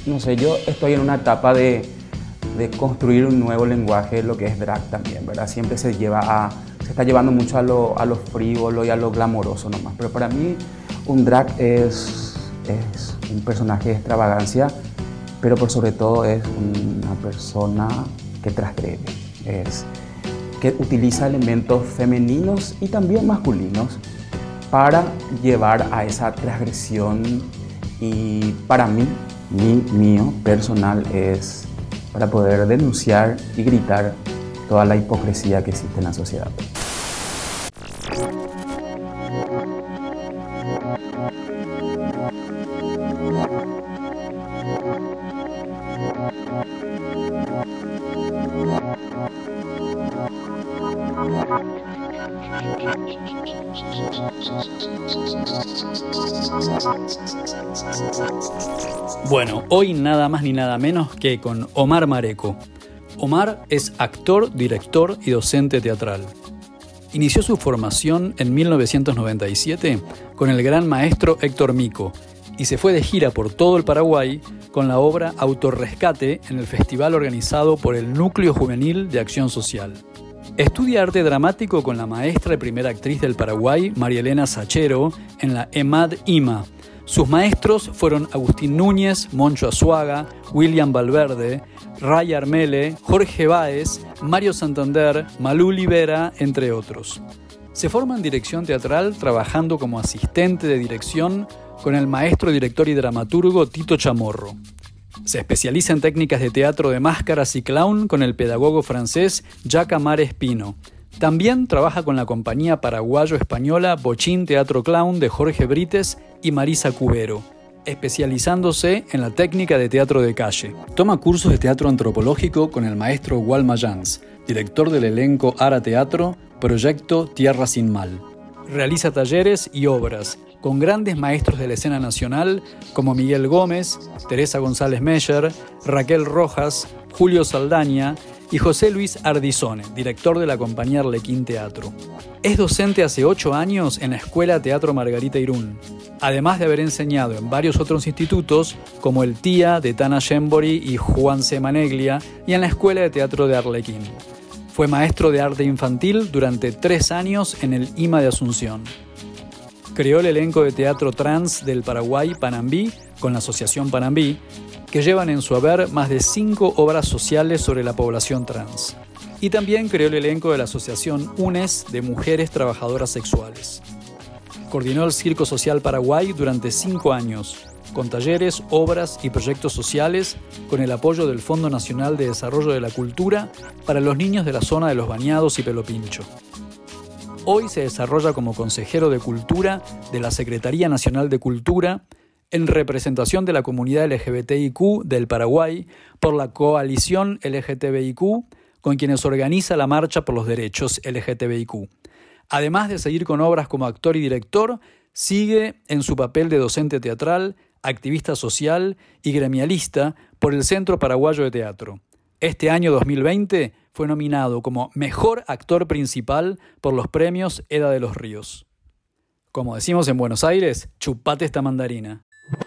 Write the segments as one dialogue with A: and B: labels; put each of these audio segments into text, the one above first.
A: no sé, yo estoy en una etapa de construir un nuevo lenguaje, lo que es drag también, ¿verdad? Siempre se está llevando mucho a lo frívolo y a lo glamoroso nomás, pero para mí un drag es un personaje de extravagancia, pero por sobre todo es una persona que transgrede, que utiliza elementos femeninos y también masculinos para llevar a esa transgresión, y para mí, mío personal, es para poder denunciar y gritar toda la hipocresía que existe en la sociedad.
B: Bueno, hoy nada más ni nada menos que con Omar Mareco. Omar es actor, director y docente teatral. Inició su formación en 1997 con el gran maestro Héctor Mico y se fue de gira por todo el Paraguay con la obra Autorrescate en el festival organizado por el Núcleo Juvenil de Acción Social. Estudia arte dramático con la maestra y primera actriz del Paraguay, María Elena Sachero, en la EMAD-IMA. Sus maestros fueron Agustín Núñez, Moncho Azuaga, William Valverde, Ray Armele, Jorge Báez, Mario Santander, Malú Libera, entre otros. Se forma en dirección teatral trabajando como asistente de dirección con el maestro, director y dramaturgo Tito Chamorro. Se especializa en técnicas de teatro de máscaras y clown con el pedagogo francés Jacques Amar Espino. También trabaja con la compañía paraguayo-española Bochín Teatro Clown de Jorge Brites y Marisa Cubero, especializándose en la técnica de teatro de calle. Toma cursos de teatro antropológico con el maestro Walma Jans, director del elenco Ara Teatro, proyecto Tierra Sin Mal. Realiza talleres y obras con grandes maestros de la escena nacional como Miguel Gómez, Teresa González Meyer, Raquel Rojas, Julio Saldaña y José Luis Ardizone, director de la compañía Arlequín Teatro. Es docente hace 8 años en la Escuela Teatro Margarita Irún, además de haber enseñado en varios otros institutos como el TIA de Tana Shembori y Juan C. Maneglia y en la Escuela de Teatro de Arlequín. Fue maestro de arte infantil durante 3 años en el IMA de Asunción. Creó el elenco de teatro trans del Paraguay Panambí con la Asociación Panambí, que llevan en su haber más de 5 obras sociales sobre la población trans. Y también creó el elenco de la Asociación UNES de Mujeres Trabajadoras Sexuales. Coordinó el Circo Social Paraguay durante 5 años, con talleres, obras y proyectos sociales con el apoyo del Fondo Nacional de Desarrollo de la Cultura para los niños de la zona de Los Bañados y Pelopincho. Hoy se desarrolla como consejero de Cultura de la Secretaría Nacional de Cultura en representación de la comunidad LGBTIQ del Paraguay por la coalición LGTBIQ, con quienes organiza la Marcha por los Derechos LGTBIQ. Además de seguir con obras como actor y director, sigue en su papel de docente teatral, activista social y gremialista por el Centro Paraguayo de Teatro. Este año 2020 fue nominado como Mejor Actor Principal por los premios Eda de los Ríos. Como decimos en Buenos Aires, chupate esta mandarina.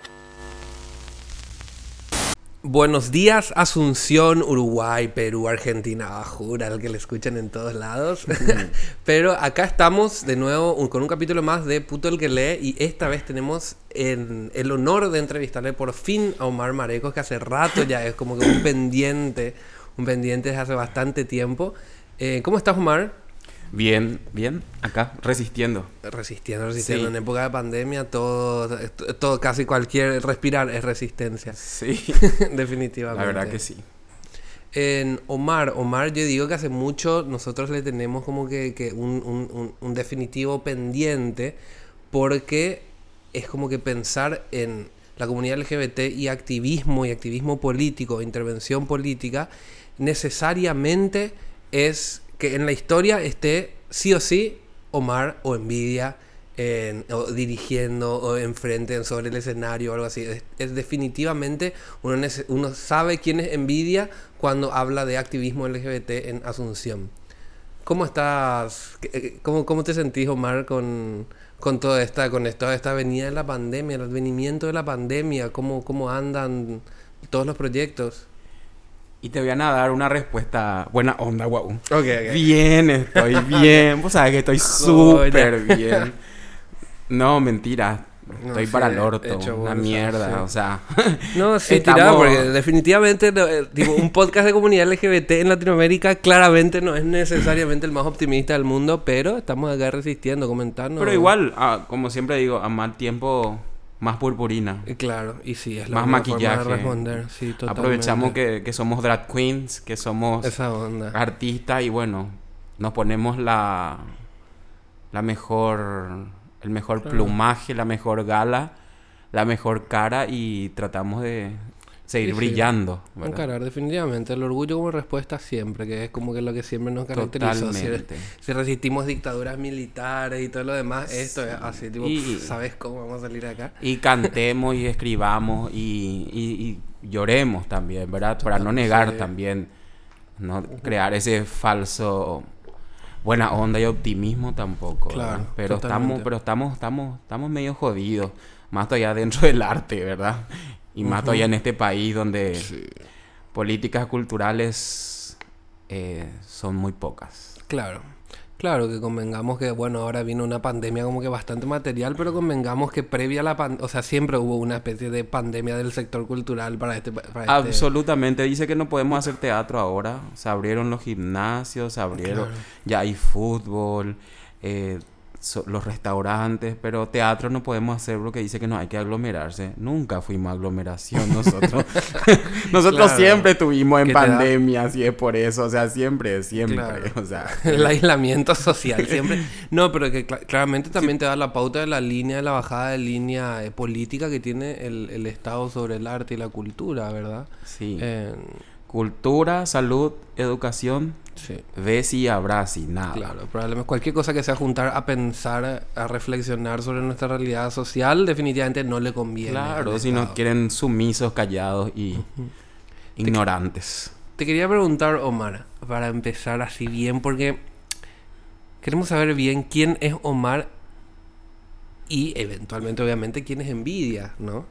C: Buenos días, Asunción, Uruguay, Perú, Argentina, jura el que le escuchan en todos lados. Pero acá estamos de nuevo con un capítulo más de Puto el que lee, y esta vez tenemos el honor de entrevistarle por fin a Omar Mareco, que hace rato ya es como que un pendiente desde hace bastante tiempo. ¿Cómo estás, Omar?
D: Bien, acá, resistiendo.
C: Sí. En época de pandemia todo casi cualquier respirar es resistencia.
D: Sí.
C: Definitivamente.
D: La verdad que sí.
C: En Omar, yo digo que hace mucho nosotros le tenemos como que un definitivo pendiente, porque es como que pensar en la comunidad LGBT y activismo político, intervención política, necesariamente es que en la historia esté sí o sí Omar o Envidia o dirigiendo o enfrente sobre el escenario o algo así. Es definitivamente uno sabe quién es Envidia cuando habla de activismo LGBT en Asunción. ¿Cómo estás? ¿Cómo te sentís, Omar, con toda esta venida de la pandemia, el advenimiento de la pandemia? ¿Cómo andan todos los proyectos.
D: Y te voy a dar una respuesta buena onda, guau.
C: Ok.
D: Bien, estoy bien. Vos sabés que estoy súper bien. No, mentira.
C: No,
D: Estoy
C: sí,
D: para el orto.
C: hecho
D: Una
C: bolsa,
D: mierda,
C: sí.
D: o sea.
C: No, sí,
D: estamos-
C: tirá, porque definitivamente tipo, un podcast de comunidad LGBT en Latinoamérica claramente no es necesariamente el más optimista del mundo, pero estamos acá resistiendo, comentando.
D: Pero igual, como siempre digo, a más tiempo, más purpurina.
C: Claro, y sí, es la
D: Más
C: única forma
D: maquillaje.
C: de responder, sí, totalmente.
D: Aprovechamos que somos drag queens, que somos
C: Esa onda.
D: artistas y bueno, nos ponemos la mejor, el mejor
C: Claro.
D: plumaje, la mejor gala, la mejor cara y tratamos de seguir
C: Sí, sí.
D: brillando, ¿verdad?
C: Encarar definitivamente el orgullo como respuesta siempre, que es como que lo que siempre nos caracteriza.
D: Totalmente.
C: Si resistimos dictaduras militares y todo lo demás, esto es así, tipo,
D: Y-
C: ¿sabes cómo vamos a salir de acá?
D: Y cantemos y escribamos y lloremos también, ¿verdad? Para no
C: Total,
D: negar
C: sí.
D: también, no crear ese falso buena onda y optimismo tampoco, ¿verdad?
C: Claro,
D: Pero
C: totalmente.
D: estamos medio jodidos, más todavía dentro del arte, ¿verdad? Y más todavía en este país donde políticas culturales son muy pocas.
C: Claro, claro que convengamos que, bueno, ahora vino una pandemia como que bastante material, pero convengamos que previa a la pandemia, o sea, siempre hubo una especie de pandemia del sector cultural para este...
D: Absolutamente, dice que no podemos hacer teatro ahora. Se abrieron los gimnasios, se abrieron,
C: Claro.
D: ya hay fútbol, los restaurantes, pero teatro no podemos hacer porque dice que no hay que aglomerarse. Nunca fuimos a aglomeración nosotros. Nosotros
C: Claro.
D: siempre estuvimos en
C: Que te da-
D: pandemia, así es por eso, o sea, siempre,
C: Claro.
D: o sea.
C: El aislamiento social siempre. No, pero que claramente también te da la pauta de la línea, de la bajada de línea política que tiene el Estado sobre el arte y la cultura, ¿verdad?
D: Sí.
C: Eh,
D: Cultura, salud, educación,
C: sí,
D: ves y abrazi, nada.
C: claro. Probablemente cualquier cosa que sea juntar a pensar, a reflexionar sobre nuestra realidad social, definitivamente no le conviene.
D: Claro,
C: al
D: si nos
C: Estado.
D: quieren sumisos, callados y ignorantes.
C: Te quería preguntar, Omar, para empezar así bien, porque queremos saber bien quién es Omar y eventualmente, obviamente, quién es Envidia, ¿no?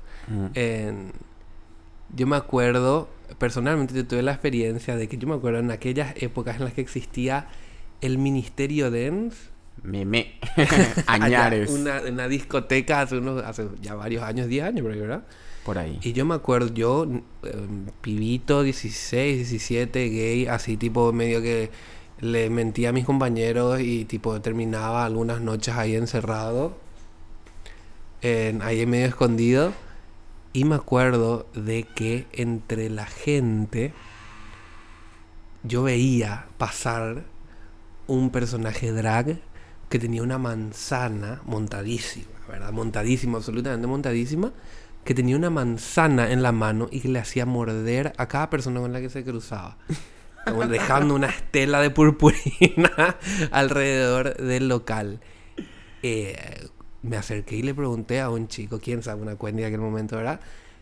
C: Yo me acuerdo, personalmente yo tuve la experiencia de que yo me acuerdo en aquellas épocas en las que existía el Ministerio Dance.
D: Meme.
C: Allá,
D: Añares.
C: una discoteca hace ya varios años, 10 años, por ahí, ¿verdad?
D: Por ahí.
C: Y yo me acuerdo, yo, pibito, 16, 17, gay, así tipo medio que le mentía a mis compañeros y tipo terminaba algunas noches ahí encerrado, ahí medio escondido. Y me acuerdo de que entre la gente yo veía pasar un personaje drag que tenía una manzana montadísima, ¿verdad? Montadísima, absolutamente montadísima, que tenía una manzana en la mano y que le hacía morder a cada persona con la que se cruzaba. Como dejando una estela de purpurina alrededor del local. Me acerqué y le pregunté a un chico, quién sabe, una cuenta en aquel momento, ¿verdad?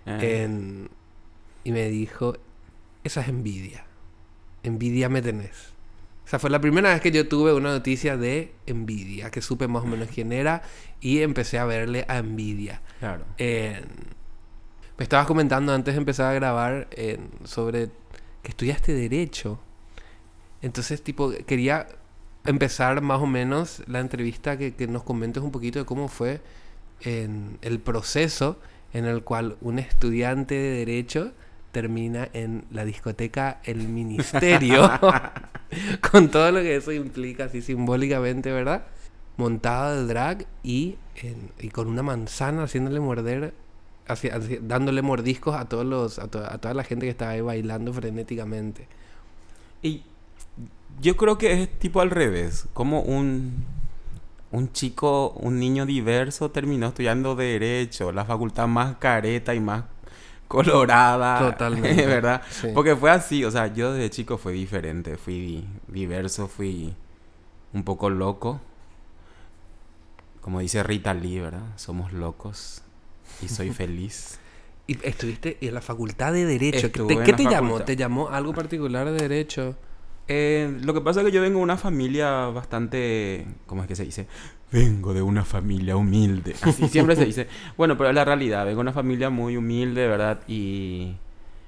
C: Y me dijo, esa es envidia. Envidia me tenés. O sea, fue la primera vez que yo tuve una noticia de envidia, que supe más o menos quién era y empecé a verle a envidia.
D: Claro.
C: Me estabas comentando antes de empezar a grabar sobre que estudiaste Derecho. Entonces, tipo, quería empezar más o menos la entrevista que nos comentes un poquito de cómo fue el proceso en el cual un estudiante de Derecho termina en la discoteca El Ministerio con todo lo que eso implica así simbólicamente, ¿verdad? Montado de drag y con una manzana haciéndole morder, dándole mordiscos a toda la gente que estaba ahí bailando frenéticamente.
D: Y yo creo que es tipo al revés. Como un chico, un niño diverso terminó estudiando Derecho, la facultad más careta y más colorada.
C: Totalmente.
D: ¿Verdad?
C: Sí.
D: Porque fue así, o sea, yo desde chico fui diferente, fui diverso, fui un poco loco. Como dice Rita Lee, ¿verdad? Somos locos y soy feliz.
C: Y estuviste en la facultad de Derecho.
D: Estuve en
C: ¿Qué
D: la
C: te llamó?
D: facultad.
C: ¿Te llamó algo particular de Derecho?
D: Lo que pasa es que yo vengo de una familia bastante... ¿Cómo es que se dice? Vengo de una familia humilde. Así siempre se dice. Bueno, pero es la realidad. Vengo de una familia muy humilde, ¿verdad? Y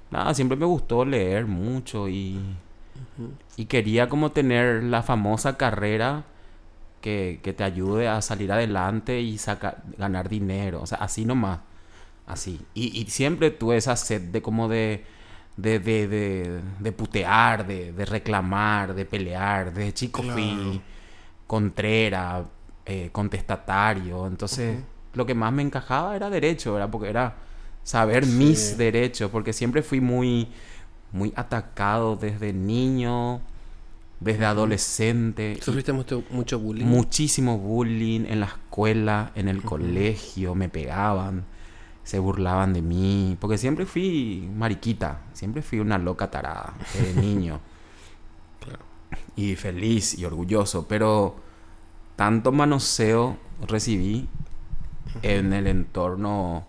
D: nada, siempre me gustó leer mucho y quería como tener la famosa carrera que te ayude a salir adelante y ganar dinero. O sea, así nomás. Así. Y siempre tuve esa sed de como de putear, de reclamar, de pelear. Desde chico fui contrera, contestatario. Entonces, lo que más me encajaba era derecho, ¿verdad? Porque era saber mis derechos. Porque siempre fui muy, muy atacado desde niño, desde adolescente.
C: ¿Sufriste mucho bullying?
D: Muchísimo bullying en la escuela, en el colegio, me pegaban, se burlaban de mí, porque siempre fui mariquita, siempre fui una loca tarada de niño.
C: Claro.
D: Y feliz y orgulloso, pero tanto manoseo recibí en el entorno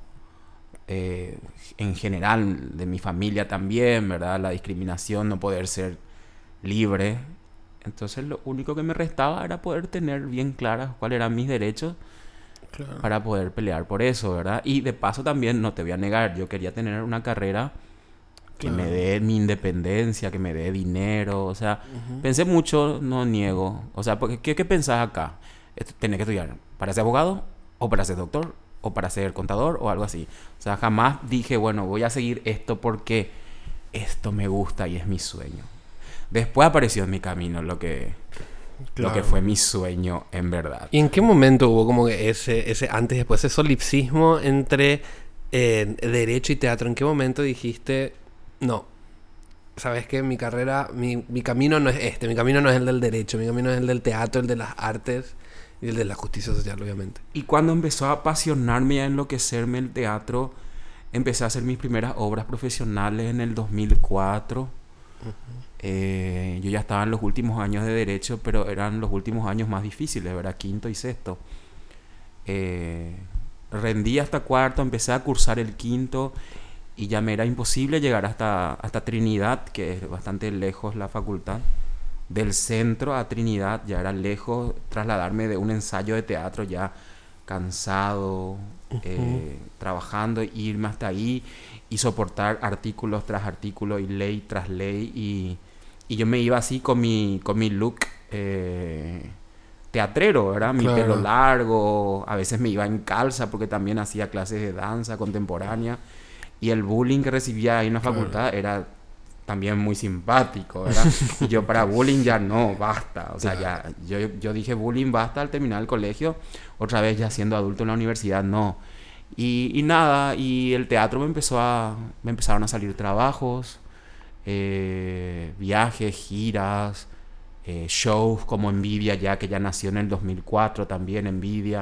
D: en general de mi familia también, ¿verdad? La discriminación, no poder ser libre. Entonces lo único que me restaba era poder tener bien claras cuáles eran mis derechos para poder pelear por eso, ¿verdad? Y de paso también, no te voy a negar, yo quería tener una carrera que me dé mi independencia, que me dé dinero, o sea, pensé mucho, no niego. O sea, ¿qué pensás acá? ¿Tenés que estudiar para ser abogado o para ser doctor o para ser contador o algo así? O sea, jamás dije, bueno, voy a seguir esto porque esto me gusta y es mi sueño. Después apareció en mi camino lo que fue mi sueño en verdad.
C: ¿Y en qué momento hubo como que ese antes y después, ese solipsismo entre derecho y teatro? ¿En qué momento dijiste, no, sabes que mi carrera, mi camino no es este, mi camino no es el del derecho, mi camino es el del teatro, el de las artes y el de la justicia social, obviamente?
D: Y cuando empezó a apasionarme y a enloquecerme el teatro, empecé a hacer mis primeras obras profesionales en el 2004. Yo ya estaba en los últimos años de derecho, pero eran los últimos años más difíciles, ¿verdad? Quinto y sexto. Rendí hasta cuarto, empecé a cursar el quinto y ya me era imposible llegar hasta Trinidad, que es bastante lejos la facultad. Del centro a Trinidad ya era lejos, trasladarme de un ensayo de teatro ya cansado, trabajando, irme hasta ahí y soportar artículos tras artículos y ley tras ley y yo me iba así con mi look teatrero, ¿verdad? Mi pelo largo, a veces me iba en calza porque también hacía clases de danza contemporánea y el bullying que recibía ahí en la facultad era también muy simpático, ¿verdad? Y yo para bullying ya no, basta. O sea, ya yo dije bullying basta al terminar el colegio. Otra vez ya siendo adulto en la universidad, no. Y nada, y el teatro me empezaron a salir trabajos, viajes, giras, shows como Envidia ya, que ya nació en el 2004 también, Envidia.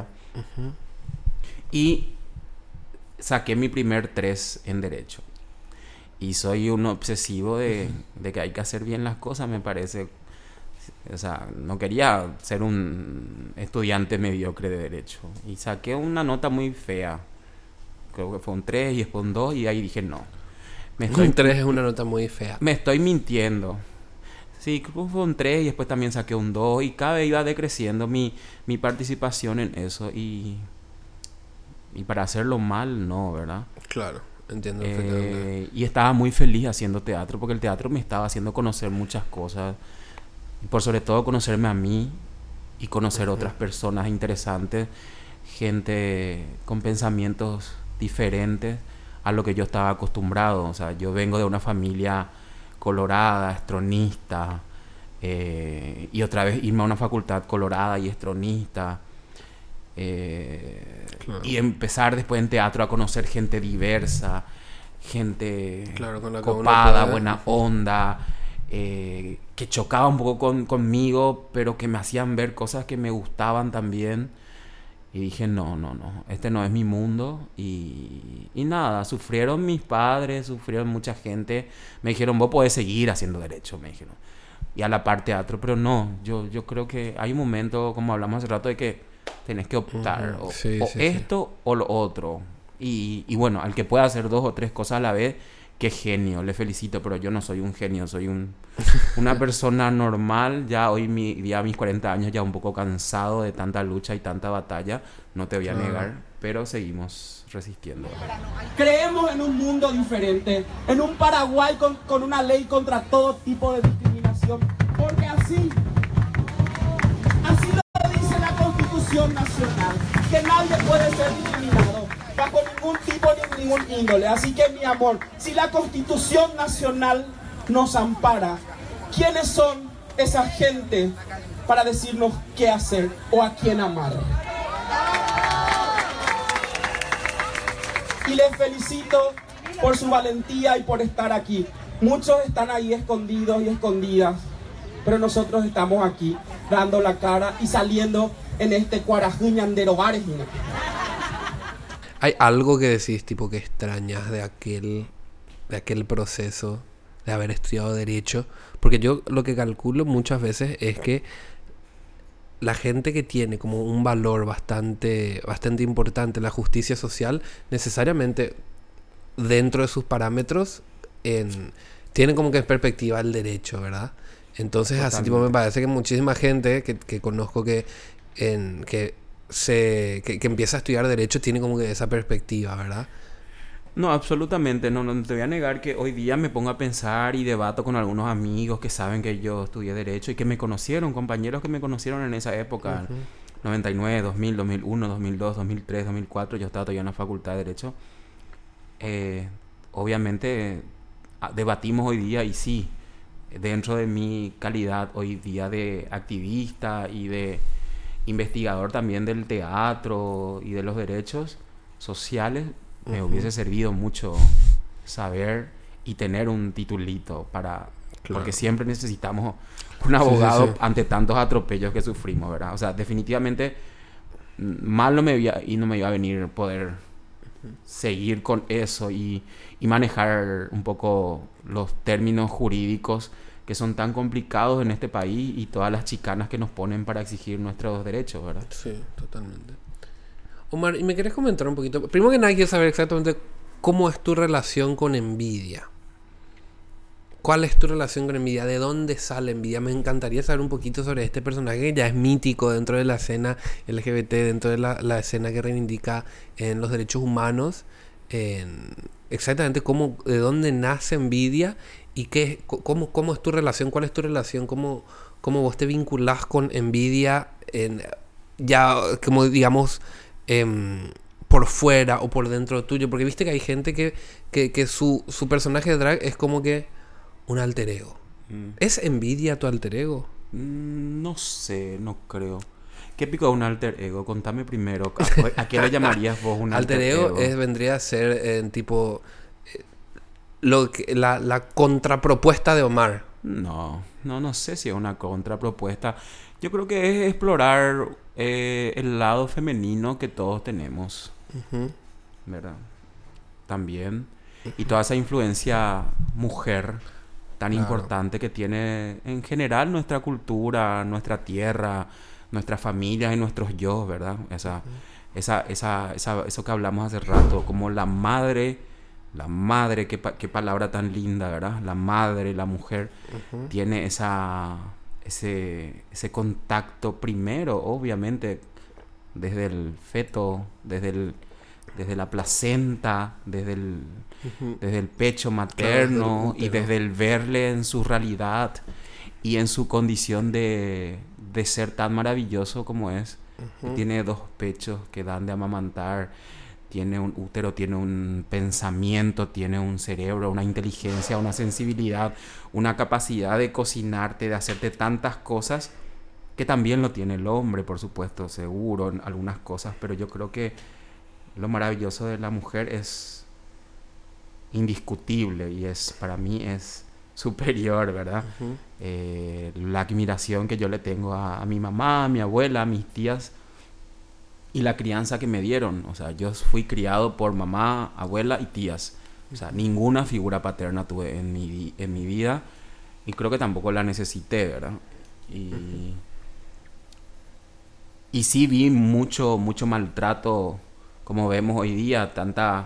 D: Y saqué mi primer 3 en Derecho. Y soy un obsesivo de que hay que hacer bien las cosas, me parece. O sea, no quería ser un estudiante mediocre de Derecho. Y saqué una nota muy fea. Creo que fue un 3 y después un 2 y ahí dije no.
C: Un 3 es una nota muy fea.
D: Me estoy mintiendo. Sí, creo que fue un 3 y después también saqué un 2 y cada vez iba decreciendo mi participación en eso. Y para hacerlo mal, no, ¿verdad?
C: Claro. Entiendo perfectamente.
D: Y estaba muy feliz haciendo teatro porque el teatro me estaba haciendo conocer muchas cosas y por sobre todo conocerme a mí y conocer otras personas interesantes, gente con pensamientos diferentes a lo que yo estaba acostumbrado. O sea, yo vengo de una familia colorada, estronista, y otra vez irme a una facultad colorada y estronista. Y empezar después en teatro a conocer gente diversa, gente copada, buena onda, que chocaba un poco conmigo, pero que me hacían ver cosas que me gustaban también. Y dije, no, este no es mi mundo. Y nada, sufrieron mis padres, sufrieron mucha gente. Me dijeron, vos podés seguir haciendo derecho, me dijeron. Y a la par teatro, pero no, yo creo que hay un momento, como hablamos hace rato, de que tenés que optar o esto o lo otro. Y bueno, al que pueda hacer 2 o 3 cosas a la vez, qué genio, le felicito, pero yo no soy un genio, soy una persona normal. Ya hoy, a mis 40 años, ya un poco cansado de tanta lucha y tanta batalla, no te voy a negar, pero seguimos resistiendo.
E: Creemos en un mundo diferente, en un Paraguay con una ley contra todo tipo de discriminación, porque así lo dice la Constitución Nacional, que nadie puede ser discriminado bajo ningún tipo ni ningún índole. Así que, mi amor, si la Constitución Nacional nos ampara, ¿quiénes son esa gente para decirnos qué hacer o a quién amar? Y les felicito por su valentía y por estar aquí. Muchos están ahí escondidos y escondidas, pero nosotros estamos aquí dando la cara y saliendo en este Cuarajuñandero Bares.
C: ¿Hay algo que decís, tipo, que extrañas de aquel proceso de haber estudiado Derecho? Porque yo lo que calculo muchas veces es que la gente que tiene como un valor bastante importante en la justicia social, necesariamente dentro de sus parámetros tiene como que en perspectiva el derecho, ¿verdad? Entonces, así tipo, me parece que muchísima gente que conozco que empieza a estudiar derecho tiene como que esa perspectiva, ¿verdad?
D: No, absolutamente, no te voy a negar que hoy día me pongo a pensar y debato con algunos amigos que saben que yo estudié Derecho y que me conocieron, compañeros que me conocieron en esa época, 99, 2000, 2001, 2002, 2003, 2004, yo estaba todavía en la Facultad de Derecho. Obviamente debatimos hoy día y sí, dentro de mi calidad hoy día de activista y de investigador también del teatro y de los derechos sociales, me hubiese servido mucho saber y tener un titulito porque siempre necesitamos un abogado ante tantos atropellos que sufrimos, ¿verdad? O sea, definitivamente mal no me iba a venir poder seguir con eso y manejar un poco los términos jurídicos que son tan complicados en este país y todas las chicanas que nos ponen para exigir nuestros derechos, ¿verdad?
C: Sí, totalmente. Omar, ¿y me querés comentar un poquito? Primero que nada, quiero saber exactamente cómo es tu relación con Envidia. ¿Cuál es tu relación con Envidia? ¿De dónde sale Envidia? Me encantaría saber un poquito sobre este personaje que ya es mítico dentro de la escena LGBT, dentro de la escena que reivindica en los derechos humanos. Exactamente de dónde nace Envidia y cómo es tu relación, cuál es tu relación, cómo vos te vinculás con Envidia, ya como digamos por fuera o por dentro tuyo, porque viste que hay gente que su personaje de drag es como que un alter ego. ¿Es Envidia tu alter ego?
D: No sé, no creo. ¿Qué pico es un alter ego? Contame primero. ¿A qué le llamarías vos un alter ego?
C: Vendría a ser tipo la contrapropuesta de Omar.
D: No sé si es una contrapropuesta. Yo creo que es explorar el lado femenino que todos tenemos, ¿verdad? También. Y toda esa influencia mujer tan importante que tiene en general nuestra cultura, nuestra tierra, nuestras familias y nuestros yo, ¿verdad? Eso que hablamos hace rato, como la madre, qué palabra tan linda, ¿verdad? La madre, la mujer, tiene ese contacto primero, obviamente, desde el feto, desde la placenta, desde el pecho materno, y desde el verle en su realidad y en su condición de ser tan maravilloso como es, que tiene dos pechos que dan de amamantar, tiene un útero, tiene un pensamiento, tiene un cerebro, una inteligencia, una sensibilidad, una capacidad de cocinarte, de hacerte tantas cosas que también lo tiene el hombre, por supuesto, seguro en algunas cosas, pero yo creo que lo maravilloso de la mujer es indiscutible y para mí es superior, ¿verdad? La admiración que yo le tengo a mi mamá, a mi abuela, a mis tías y la crianza que me dieron. O sea, yo fui criado por mamá, abuela y tías. O sea, ninguna figura paterna tuve en mi vida y creo que tampoco la necesité, ¿verdad? Y sí vi mucho maltrato, como vemos hoy día, tanta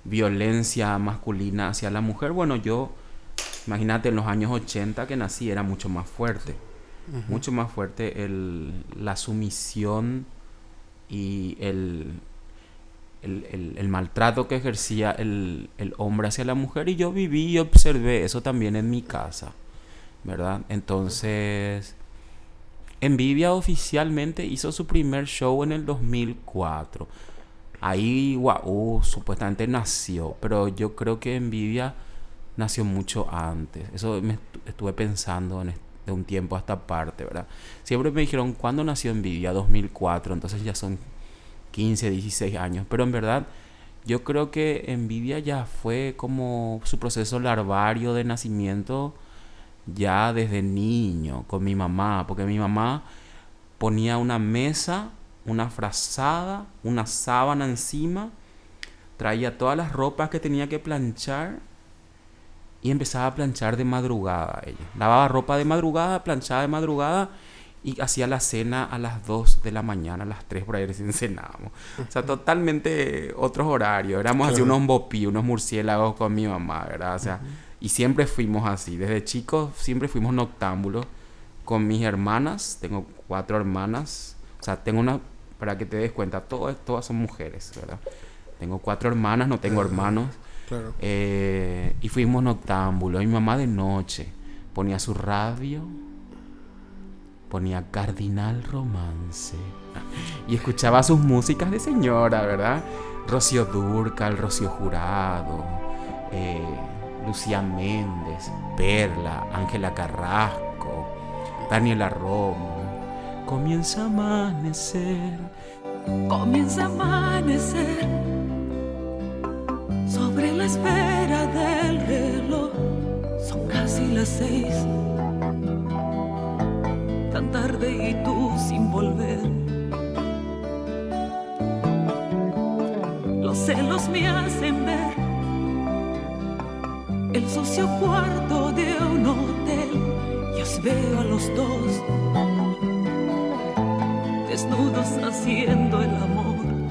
D: violencia masculina hacia la mujer. Bueno, yo, imagínate, en los años 80 que nací era mucho más fuerte. Mucho más fuerte la sumisión y el maltrato que ejercía el hombre hacia la mujer. Y yo viví y observé eso también en mi casa, ¿verdad? Entonces, Envidia oficialmente hizo su primer show en el 2004. Ahí Guau supuestamente nació, pero yo creo que Envidia nació mucho antes. Eso me estuve pensando de un tiempo a esta parte, ¿verdad? Siempre me dijeron, ¿cuándo nació Envidia? 2004, entonces ya son 15, 16 años. Pero en verdad, yo creo que Envidia ya fue como su proceso larvario de nacimiento ya desde niño, con mi mamá. Porque mi mamá ponía una mesa, una frazada, una sábana encima, traía todas las ropas que tenía que planchar y empezaba a planchar de madrugada ella. Lavaba ropa de madrugada, planchaba de madrugada y hacía la cena a las 2 de la mañana, a las 3 por ahí recién cenábamos. O sea, totalmente otros horarios. Éramos así unos mbopí, unos murciélagos con mi mamá, ¿verdad? O sea, y siempre fuimos así. Desde chicos siempre fuimos noctámbulos con mis hermanas. Tengo 4 hermanas. O sea, tengo una, para que te des cuenta, todas son mujeres, ¿verdad? Tengo 4 hermanas, no tengo hermanos.
C: Claro.
D: Y fuimos noctámbulos. Mi mamá de noche ponía su radio, ponía Cardinal Romance y escuchaba sus músicas de señora, ¿verdad? Rocío Dúrcal, Rocío Jurado, Lucía Méndez, Perla, Ángela Carrasco, Daniela Romo. Comienza a amanecer,
F: comienza a amanecer sobre la esfera del reloj. Son casi las 6, tan tarde y tú sin volver. Los celos me hacen ver el sucio cuarto de un hotel y os veo a los dos desnudos haciendo el amor.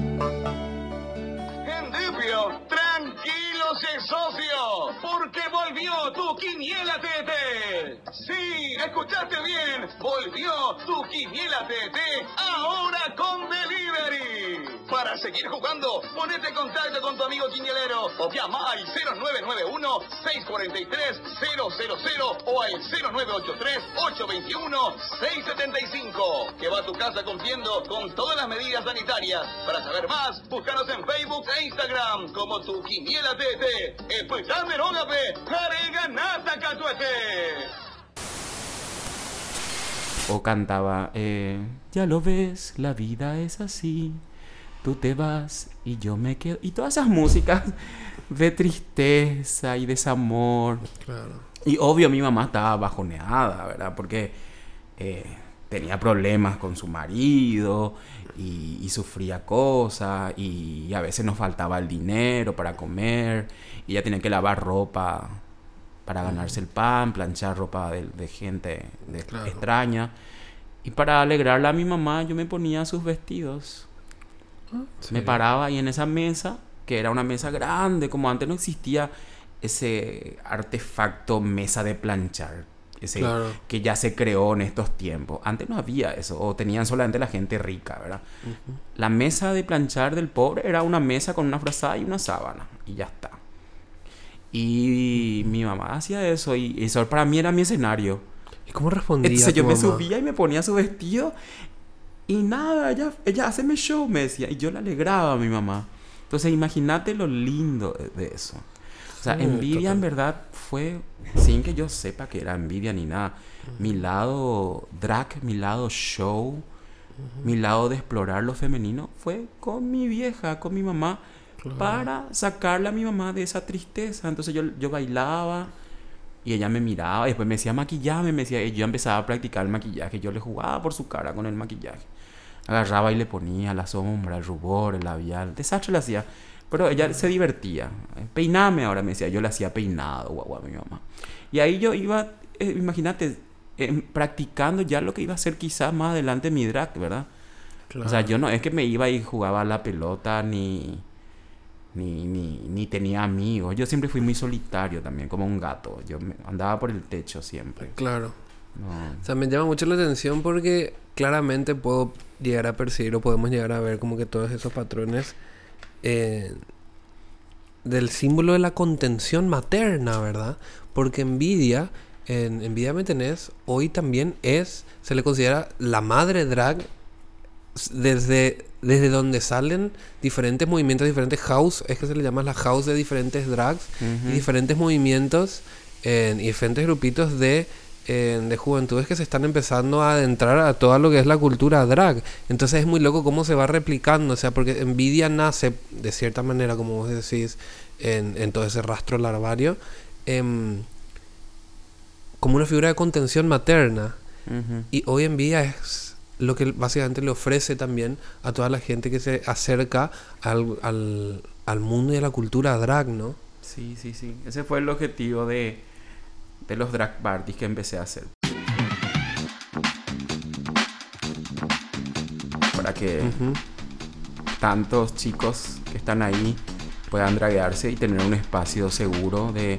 G: Endipio, tranquilos socio, porque volvió tu Quiniela TT. Sí, escuchaste bien, volvió tu Quiniela TT, ahora con delivery. Para seguir jugando, ponete en contacto con tu amigo quinielero o llama al 0991-643-000 o al 0983-821-675, que va a tu casa cumpliendo con todas las medidas sanitarias. Para saber más, búscanos en Facebook e Instagram como tu Quiniela TT. Escuchame, rógape, jarega nata catuete.
D: O cantaba, ya lo ves, la vida es así. Tú te vas y yo me quedo. Y todas esas músicas de tristeza y desamor.
C: Claro.
D: Y obvio mi mamá estaba bajoneada, ¿verdad? Porque tenía problemas con su marido y sufría cosas. Y a veces nos faltaba el dinero para comer. Y ella tenía que lavar ropa para ganarse el pan, planchar ropa de gente extraña. Y para alegrarla a mi mamá yo me ponía sus vestidos.
C: ¿Sí?
D: Me paraba ahí en esa mesa, que era una mesa grande, como antes no existía ese artefacto mesa de planchar, ese que ya se creó en estos tiempos. Antes no había eso, o tenían solamente la gente rica, ¿verdad? La mesa de planchar del pobre era una mesa con una frazada y una sábana, y ya está. Y mi mamá hacía eso, y eso para mí era mi escenario.
C: ¿Y cómo respondía
D: Entonces
C: tu
D: yo me
C: mamá?
D: subía y me ponía su vestido. Y nada, ella haceme show, me decía. Y yo le alegraba a mi mamá. Entonces imagínate lo lindo de eso. O sea, Envidia en verdad fue, sin que yo sepa que era envidia ni nada, mi lado drag, mi lado show, mi lado de explorar lo femenino, fue con mi vieja, con mi mamá, para sacarle a mi mamá de esa tristeza. Entonces yo bailaba y ella me miraba y después me decía maquillame, me decía, y yo empezaba a practicar el maquillaje. Yo le jugaba por su cara con el maquillaje. Agarraba y le ponía la sombra, el rubor, el labial. Desastre le hacía. Pero ella se divertía. Peiname ahora, me decía. Yo le hacía peinado, guau, a mi mamá. Y ahí yo iba, imagínate, practicando ya lo que iba a ser quizás más adelante mi drag, ¿verdad? Claro. O sea, yo no es que me iba y jugaba a la pelota ni ni tenía amigos. Yo siempre fui muy solitario también, como un gato. Andaba por el techo siempre.
C: Claro.
D: No.
C: O sea, me llama mucho la atención porque claramente puedo llegar a percibir o podemos llegar a ver como que todos esos patrones del símbolo de la contención materna, ¿verdad? Porque Envidia, en Envidia Me Tenés, hoy también se le considera la madre drag desde donde salen diferentes movimientos, diferentes house, es que se le llama la house de diferentes drags y diferentes movimientos y diferentes grupitos de juventudes que se están empezando a adentrar a todo lo que es la cultura drag. Entonces es muy loco cómo se va replicando, o sea, porque Envidia nace de cierta manera, como vos decís, en todo ese rastro larvario, como una figura de contención materna. Y hoy Envidia es lo que básicamente le ofrece también a toda la gente que se acerca al mundo y a la cultura drag, ¿no?
D: Sí. Ese fue el objetivo de los drag parties que empecé a hacer. Para que tantos chicos que están ahí puedan draguearse y tener un espacio seguro de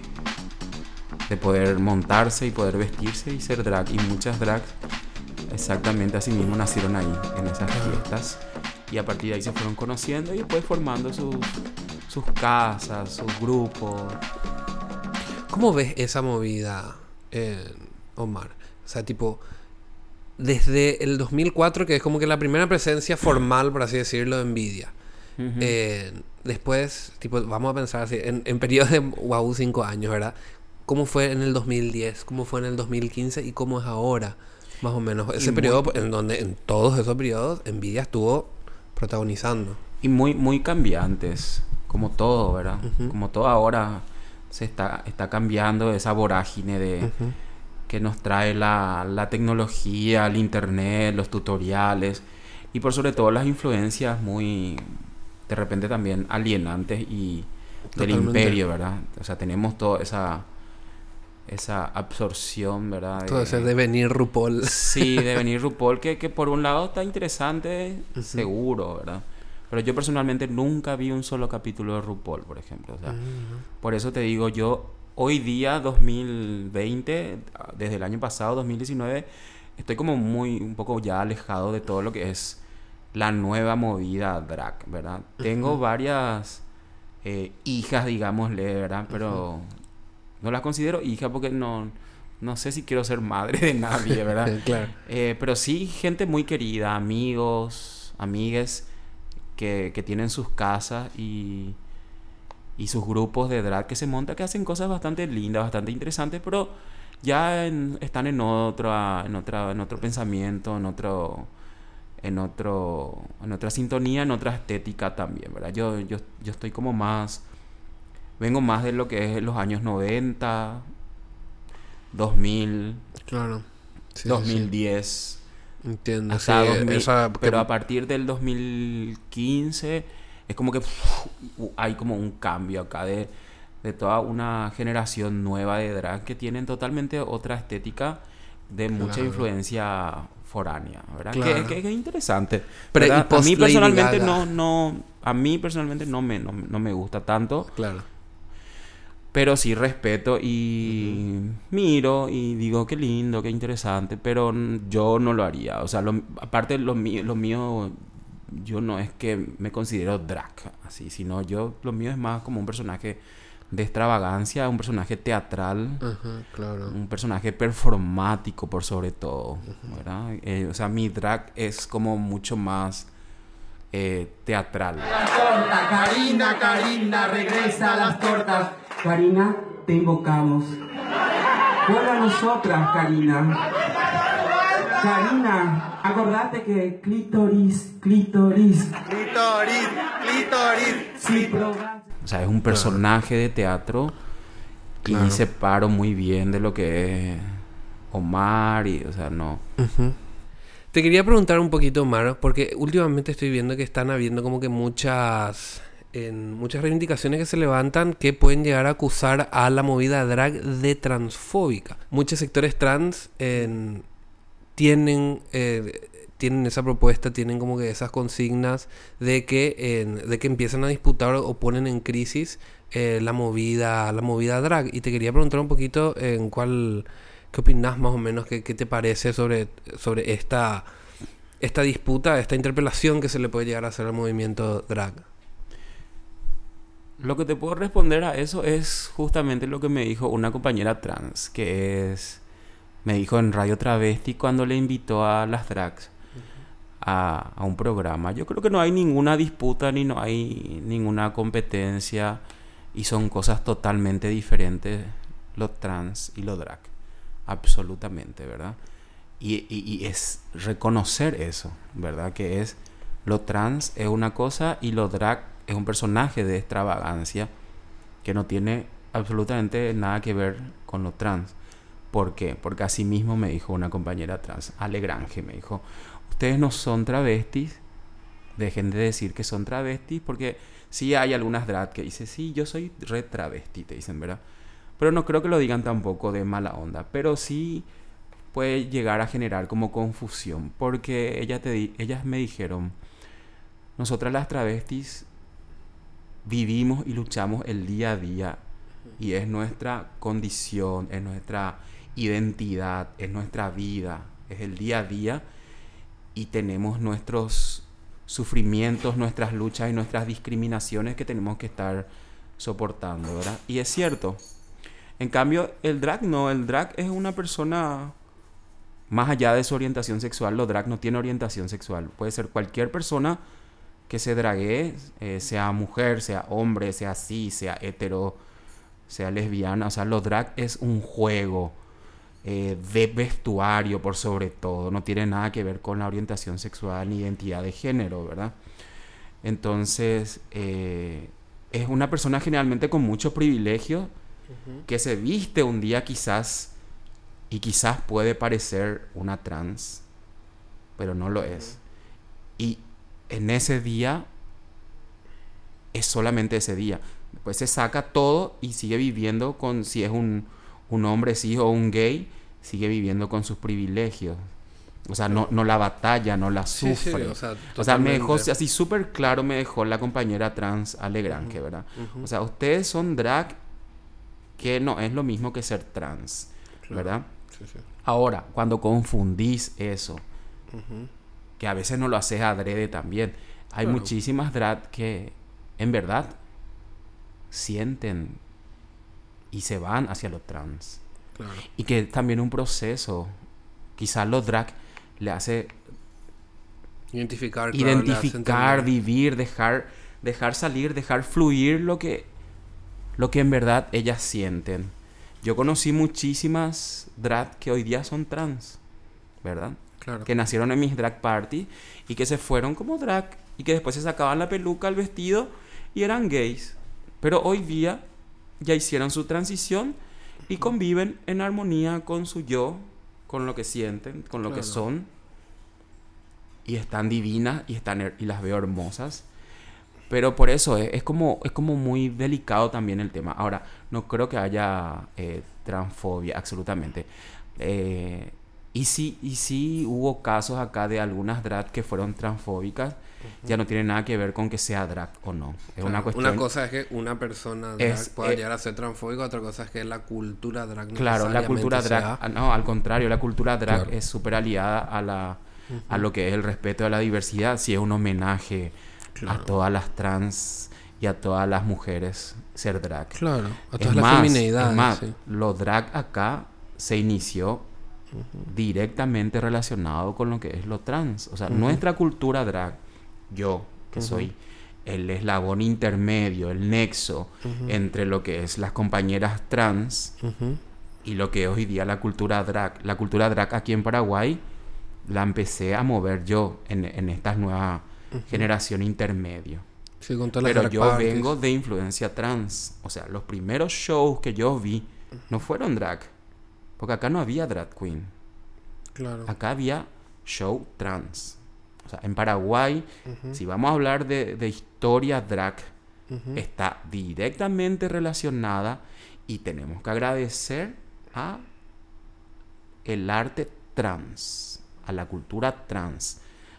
D: poder montarse y poder vestirse y ser drag. Y muchas drags exactamente así mismo nacieron ahí, en esas fiestas. Y a partir de ahí se fueron conociendo y después formando sus casas, sus grupos.
C: ¿Cómo ves esa movida, Omar? O sea, tipo, desde el 2004, que es como que la primera presencia formal, por así decirlo, de Envidia. Después, tipo, vamos a pensar así, en periodos de 5 años, ¿verdad? ¿Cómo fue en el 2010? ¿Cómo fue en el 2015? ¿Y cómo es ahora? Más o menos. Ese periodo en donde en todos esos periodos Envidia estuvo protagonizando.
D: Y muy cambiantes, como todo, ¿verdad? Como todo ahora se está cambiando esa vorágine que nos trae la tecnología, el internet, los tutoriales y por sobre todo las influencias muy de repente también alienantes y del imperio, ¿verdad? O sea, tenemos toda esa absorción, ¿verdad?
C: Todo ese devenir RuPaul.
D: Sí, devenir RuPaul que por un lado está interesante, seguro, ¿verdad? Pero yo personalmente nunca vi un solo capítulo de RuPaul, por ejemplo. O sea, por eso te digo, yo hoy día, 2020, desde el año pasado, 2019, estoy como un poco ya alejado de todo lo que es la nueva movida drag, ¿verdad? Tengo varias hijas, digámosle, ¿verdad? Pero no las considero hijas porque no sé si quiero ser madre de nadie, ¿verdad?
C: Claro.
D: Pero sí gente muy querida, amigos, amigues que tienen sus casas y sus grupos de drag que se montan, que hacen cosas bastante lindas, bastante interesantes, pero ya están en otro pensamiento, en otra sintonía, en otra estética también, ¿verdad? Yo estoy como vengo más de lo que es los años 90, 2000,
C: Claro. Sí,
D: 2010.
C: Sí. Entiendo.
D: Hasta
C: Sí,
D: 2000,
C: esa...
D: pero a partir del 2015 es como que hay como un cambio acá de toda una generación nueva de drag que tienen totalmente otra estética de mucha influencia foránea, ¿verdad?
C: Claro.
D: Que es interesante.
C: Pero
D: ¿verdad? A mí personalmente
C: no
D: no me gusta tanto.
C: Claro.
D: Pero sí respeto y miro y digo qué lindo, qué interesante, pero yo no lo haría. O sea, aparte lo mío, yo no es que me considero drag, así, sino lo mío es más como un personaje de extravagancia, un personaje teatral,
C: Claro.
D: un personaje performático por sobre todo, ¿verdad? O sea, mi drag es como mucho más teatral.
E: Karina, regresa a las tortas. Karina, te invocamos. Vuelve a nosotras, Karina. Karina, acordate que clítoris. Sí,
D: O sea, es un personaje de teatro y separo muy bien de lo que es Omar y, o sea, no.
C: Te quería preguntar un poquito, Omar, porque últimamente estoy viendo que están habiendo como que muchas reivindicaciones que se levantan que pueden llegar a acusar a la movida drag de transfóbica. Muchos sectores trans tienen tienen esa propuesta, tienen como que esas consignas de que empiezan a disputar o ponen en crisis la movida drag. Y te quería preguntar un poquito ¿qué opinás más o menos? ¿Qué te parece sobre esta disputa, esta interpelación que se le puede llegar a hacer al movimiento drag?
D: Lo que te puedo responder a eso es justamente lo que me dijo una compañera trans, me dijo en Radio Travesti cuando le invitó a las drags a un programa. Yo creo que no hay ninguna disputa ni no hay ninguna competencia y son cosas totalmente diferentes lo trans y lo drag. Absolutamente, ¿verdad? Y es reconocer eso, ¿verdad? Que es lo trans es una cosa y lo drag es un personaje de extravagancia que no tiene absolutamente nada que ver con lo trans. ¿Por qué? Porque así mismo me dijo una compañera trans, Ale Grange, me dijo, ustedes no son travestis, dejen de decir que son travestis, porque sí hay algunas drag que dicen, sí, yo soy re travesti, te dicen, ¿verdad? Pero no creo que lo digan tampoco de mala onda, pero sí puede llegar a generar como confusión, porque ellas me dijeron, nosotras las travestis vivimos y luchamos el día a día y es nuestra condición, es nuestra identidad, es nuestra vida, es el día a día y tenemos nuestros sufrimientos, nuestras luchas y nuestras discriminaciones que tenemos que estar soportando, ¿verdad? Y es cierto. En cambio, el drag no, el drag es una persona más allá de su orientación sexual, lo drag no tiene orientación sexual, puede ser cualquier persona que se draguee, sea mujer, sea hombre, sea cis, sea hetero, sea lesbiana. O sea, lo drag es un juego de vestuario por sobre todo. No tiene nada que ver con la orientación sexual ni identidad de género, ¿verdad? Entonces, es una persona generalmente con mucho privilegio que se viste un día quizás y quizás puede parecer una trans, pero no lo es. Y en ese día es solamente ese día. Después se saca todo y sigue viviendo con, si es un hombre cis o un gay, sigue viviendo con sus privilegios. O sea, no la batalla, no la sufre.
C: Sí,
D: o sea, me dejó así súper claro, me dejó la compañera trans Ale Grange, ¿verdad? O sea, ustedes son drag, que no es lo mismo que ser trans, ¿verdad? Sí. Ahora, cuando confundís eso, que a veces no lo haces adrede también. Hay muchísimas drag que en verdad sienten y se van hacia lo trans. Claro. Y que también un proceso, quizás los drag le hace
C: identificar,
D: vivir, dejar salir, dejar fluir lo que en verdad ellas sienten. Yo conocí muchísimas drag que hoy día son trans, ¿verdad? Claro. Que nacieron en mis drag party y que se fueron como drag y que después se sacaban la peluca, el vestido y eran gays. Pero hoy día ya hicieron su transición y conviven en armonía con su yo, con lo que sienten, con lo que son. Y están divinas y las veo hermosas. Pero por eso es como muy delicado también el tema. Ahora, no creo que haya transfobia, absolutamente. Y sí hubo casos acá de algunas drag que fueron transfóbicas. Ya no tiene nada que ver con que sea drag o no. Es una cuestión...
C: Una cosa es que una persona drag pueda llegar a ser transfóbica, otra cosa es que la cultura drag
D: claro, la cultura drag... No, al contrario, la cultura drag es súper aliada a lo que es el respeto a la diversidad. Si es un homenaje a todas las trans y a todas las mujeres ser drag.
C: Claro, a todas las feminidades.
D: Es más, lo drag acá se inició directamente relacionado con lo que es lo trans. O sea, nuestra cultura drag, yo que soy el eslabón intermedio, el nexo entre lo que es las compañeras trans y lo que es hoy día la cultura drag. La cultura drag aquí en Paraguay la empecé a mover yo en esta nueva generación intermedio.
C: Sí, con todas
D: pero
C: las
D: yo
C: parties.
D: vengo de influencia trans. O sea, los primeros shows que yo vi no fueron drag. Porque acá no había drag queen.
C: Claro.
D: Acá había show trans. O sea, en Paraguay, si vamos a hablar de historia drag, está directamente relacionada y tenemos que agradecer a el arte trans, a la cultura trans.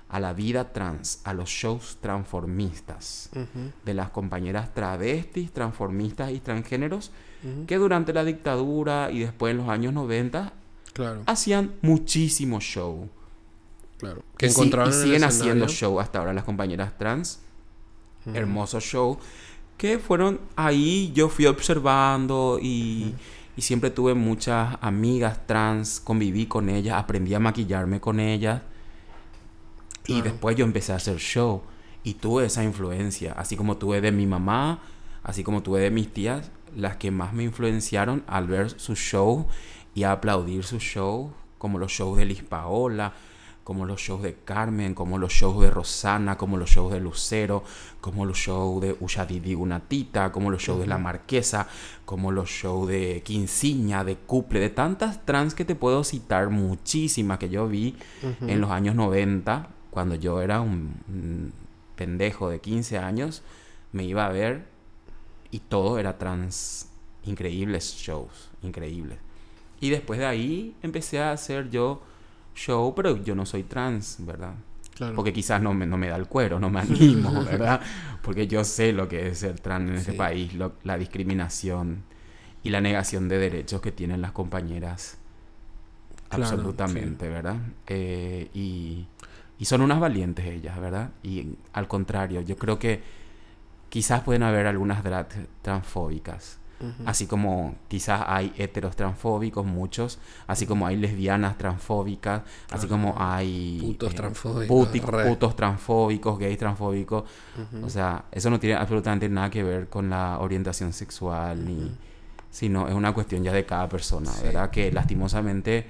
D: a la vida trans, a los shows transformistas de las compañeras travestis, transformistas y transgéneros que durante la dictadura y después en los años 90
C: Claro.
D: hacían muchísimo show.
C: Claro.
D: Que
C: Que encontraron en el
D: siguen
C: escenario.
D: haciendo show hasta ahora las compañeras trans. Hermoso show. Que fueron ahí, yo fui observando y siempre tuve muchas amigas trans, conviví con ellas, aprendí a maquillarme con ellas. Y después yo empecé a hacer show. Y tuve esa influencia, así como tuve de mi mamá, así como tuve de mis tías, las que más me influenciaron al ver su show y a aplaudir su show, como los shows de Liz Paola, como los shows de Carmen, como los shows de Rosana, como los shows de Lucero, como los shows de Ushadidi Unatita, como los shows de La Marquesa, como los shows de Quinceañera, de Couple, de tantas trans que te puedo citar, muchísimas que yo vi en los años 90, cuando yo era un pendejo de 15 años, me iba a ver y todo era trans. Increíbles shows, increíbles. Y después de ahí empecé a hacer yo show, pero yo no soy trans, ¿verdad?
C: Claro.
D: Porque quizás no me da el cuero, no me animo, ¿verdad? Porque yo sé lo que es ser trans en este país, la discriminación y la negación de derechos que tienen las compañeras.
C: Claro,
D: Absolutamente, ¿verdad? Y son unas valientes ellas, ¿verdad? Y al contrario, yo creo que quizás pueden haber algunas drag transfóbicas. Así como quizás hay heteros transfóbicos, muchos, así como hay lesbianas transfóbicas, así como hay
C: putos transfóbicos,
D: putos transfóbicos, gays transfóbicos. O sea, eso no tiene absolutamente nada que ver con la orientación sexual, sino es una cuestión ya de cada persona, ¿verdad? Que lastimosamente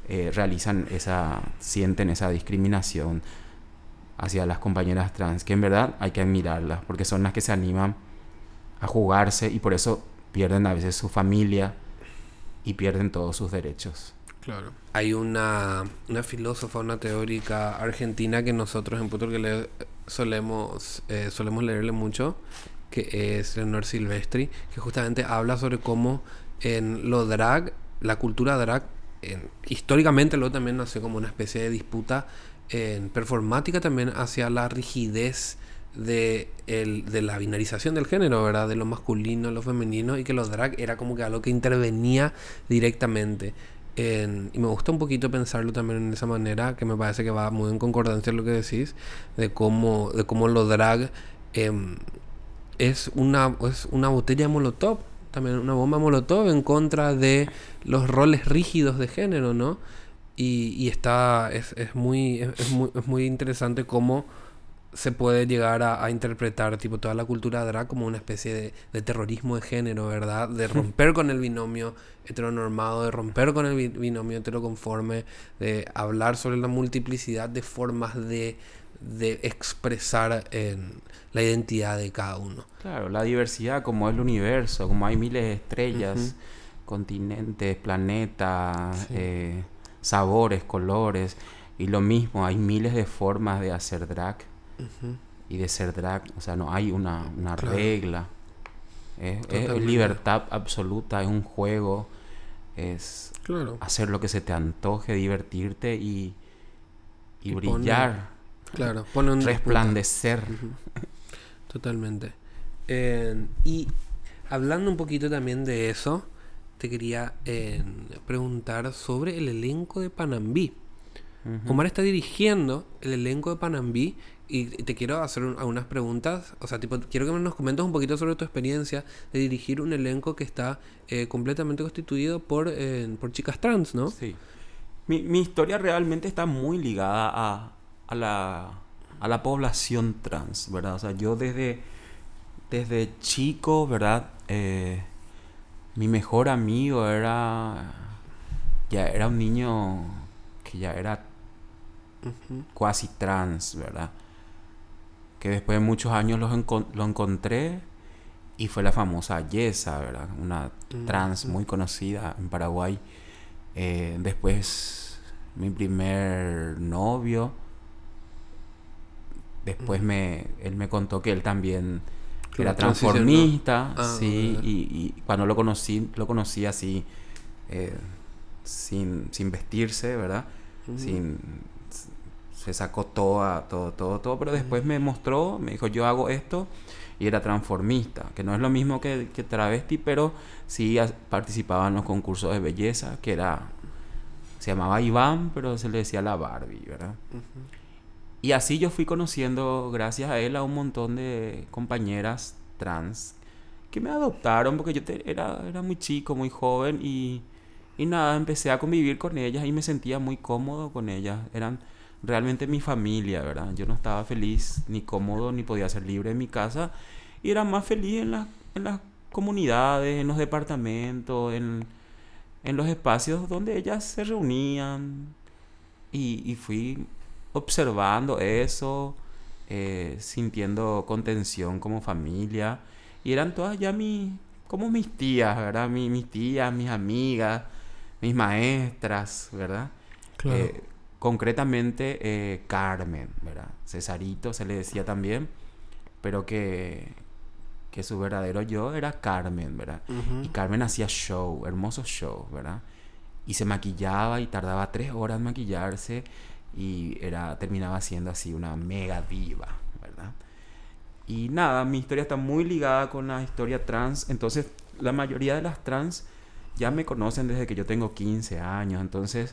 D: sienten esa discriminación hacia las compañeras trans, que en verdad hay que admirarlas, porque son las que se animan a jugarse y por eso pierden a veces su familia y pierden todos sus derechos.
C: Claro. Hay una filósofa, una teórica argentina que nosotros en Puto que solemos leerle mucho, que es Leonor Silvestri, que justamente habla sobre cómo en lo drag, la cultura drag, históricamente luego también nació como una especie de disputa en performática también hacia la rigidez de la binarización del género, ¿verdad? De lo masculino, lo femenino, y que los drag era como que algo que intervenía directamente. Y me gusta un poquito pensarlo también en esa manera, que me parece que va muy en concordancia con lo que decís, de cómo lo drag es una botella de molotov, también una bomba molotov en contra de los roles rígidos de género, ¿no? Y es muy interesante cómo se puede llegar a interpretar tipo toda la cultura drag como una especie de terrorismo de género, ¿verdad? De romper con el binomio heteronormado, de romper con el binomio heteroconforme, de hablar sobre la multiplicidad de formas de expresar la identidad de cada uno.
D: Claro, la diversidad como es el universo, como hay miles de estrellas, continentes, planetas, sabores, colores, y lo mismo, hay miles de formas de hacer drag. Y de ser drag, o sea, no hay una regla, es libertad absoluta, es un juego, es hacer lo que se te antoje, divertirte y brillar,
C: pone un
D: resplandecer.
C: Totalmente. Y hablando un poquito también de eso, te quería preguntar sobre el elenco de Panambí. Omar está dirigiendo el elenco de Panambí y te quiero hacer algunas preguntas. O sea, quiero que nos comentes un poquito sobre tu experiencia de dirigir un elenco que está completamente constituido por chicas trans, ¿no?
D: Sí. Mi historia realmente está muy ligada a la población trans, ¿verdad? O sea, yo desde chico, ¿verdad? Mi mejor amigo era un niño que ya era cuasi trans, ¿verdad? Que después de muchos años lo encontré y fue la famosa Yesa, ¿verdad? Una trans muy conocida en Paraguay. Después mi primer novio, después él me contó que él también era transformista, sí, y cuando lo conocí así, sin vestirse, ¿verdad? se sacó todo, pero después me mostró, me dijo, yo hago esto, y era transformista, que no es lo mismo que travesti, pero sí participaba en los concursos de belleza, que se llamaba Iván, pero se le decía la Barbie, ¿verdad? Y así yo fui conociendo, gracias a él, a un montón de compañeras trans que me adoptaron, porque yo era muy chico, muy joven, y nada, empecé a convivir con ellas y me sentía muy cómodo con ellas. Eran realmente mi familia, ¿verdad? Yo no estaba feliz ni cómodo ni podía ser libre en mi casa, y era más feliz en las comunidades, en los departamentos, en los espacios donde ellas se reunían, y fui observando eso, sintiendo contención como familia, y eran todas ya como mis tías, ¿verdad? Mis tías, mis amigas, mis maestras, ¿verdad?
C: Claro.
D: Concretamente Carmen, ¿verdad? Cesarito se le decía también, pero que su verdadero yo era Carmen, ¿verdad? Y Carmen hacía show, hermosos shows, ¿verdad? Y se maquillaba y tardaba 3 horas en maquillarse, y terminaba siendo así una mega diva, ¿verdad? Y nada, mi historia está muy ligada con la historia trans. Entonces la mayoría de las trans ya me conocen desde que yo tengo 15 años. Entonces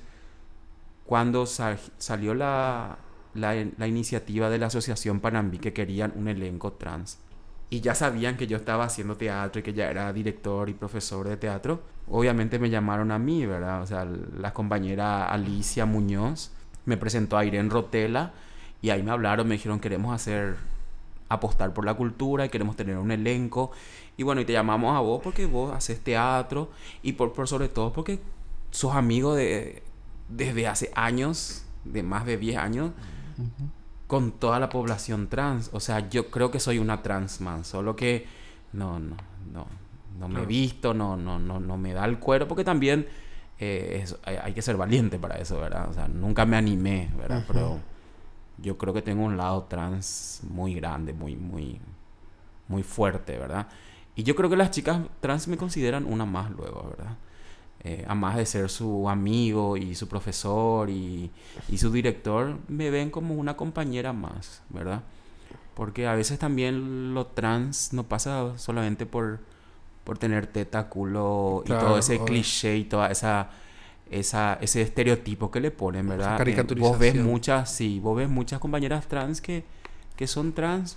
D: cuando salió la iniciativa de la Asociación Panambí, que querían un elenco trans, y ya sabían que yo estaba haciendo teatro y que ya era director y profesor de teatro, obviamente me llamaron a mí, ¿verdad? O sea, la compañera Alicia Muñoz me presentó a Irene Rotela, y ahí me hablaron, me dijeron, queremos apostar por la cultura y queremos tener un elenco, y bueno, y te llamamos a vos porque vos haces teatro, y por sobre todo porque sos amigo desde hace años, de más de 10 años, con toda la población trans. O sea, yo creo que soy una trans man, solo que no me he visto, no me da el cuero, porque también hay que ser valiente para eso, ¿verdad? O sea, nunca me animé, ¿verdad? Pero yo creo que tengo un lado trans muy grande, muy fuerte, ¿verdad? Y yo creo que las chicas trans me consideran una más luego, ¿verdad? A más de ser su amigo y su profesor y su director, me ven como una compañera más, ¿verdad? Porque a veces también lo trans no pasa solamente por tener teta, culo, claro, y todo ese cliché y toda ese estereotipo que le ponen, ¿verdad? Vos ves muchas compañeras trans que son trans,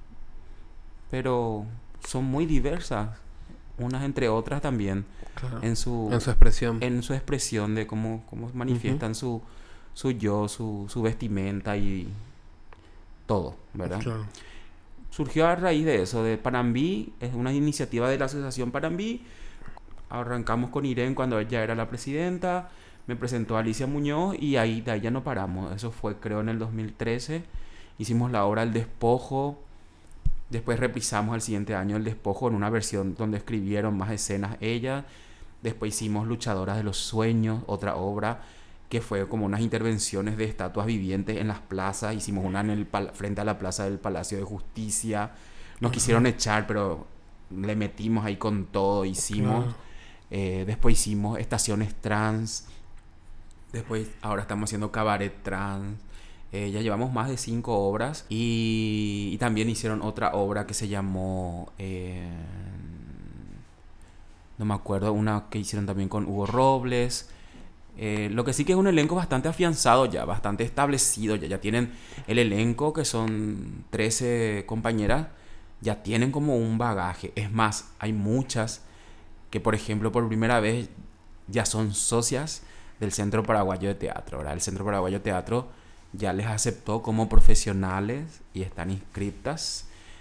D: pero son muy diversas, unas entre otras también, claro, en su expresión de cómo manifiestan su yo, su vestimenta y todo, ¿verdad? Claro. Surgió a raíz de eso, de Panambí, es una iniciativa de la Asociación Panambí. Arrancamos con Irene cuando ella era la presidenta, me presentó a Alicia Muñoz, y de ahí ya no paramos. Eso fue, creo, en el 2013. Hicimos la obra El Despojo. Después reprisamos al siguiente año El Despojo en una versión donde escribieron más escenas ella. Después hicimos Luchadoras de los Sueños, otra obra que fue como unas intervenciones de estatuas vivientes en las plazas. Hicimos una frente a la plaza del Palacio de Justicia. Nos quisieron echar, pero le metimos ahí con todo, hicimos. Claro. Después hicimos Estaciones Trans. Después ahora estamos haciendo Cabaret Trans. Ya llevamos más de 5 obras. Y también hicieron otra obra que se llamó... no me acuerdo, una que hicieron también con Hugo Robles. Lo que sí que es un elenco bastante afianzado ya, bastante establecido. Ya tienen el elenco, que son 13 compañeras. Ya tienen como un bagaje. Es más, hay muchas que, por ejemplo, por primera vez ya son socias del Centro Paraguayo de Teatro, ¿verdad? El Centro Paraguayo de Teatro ya les aceptó como profesionales y están inscritas.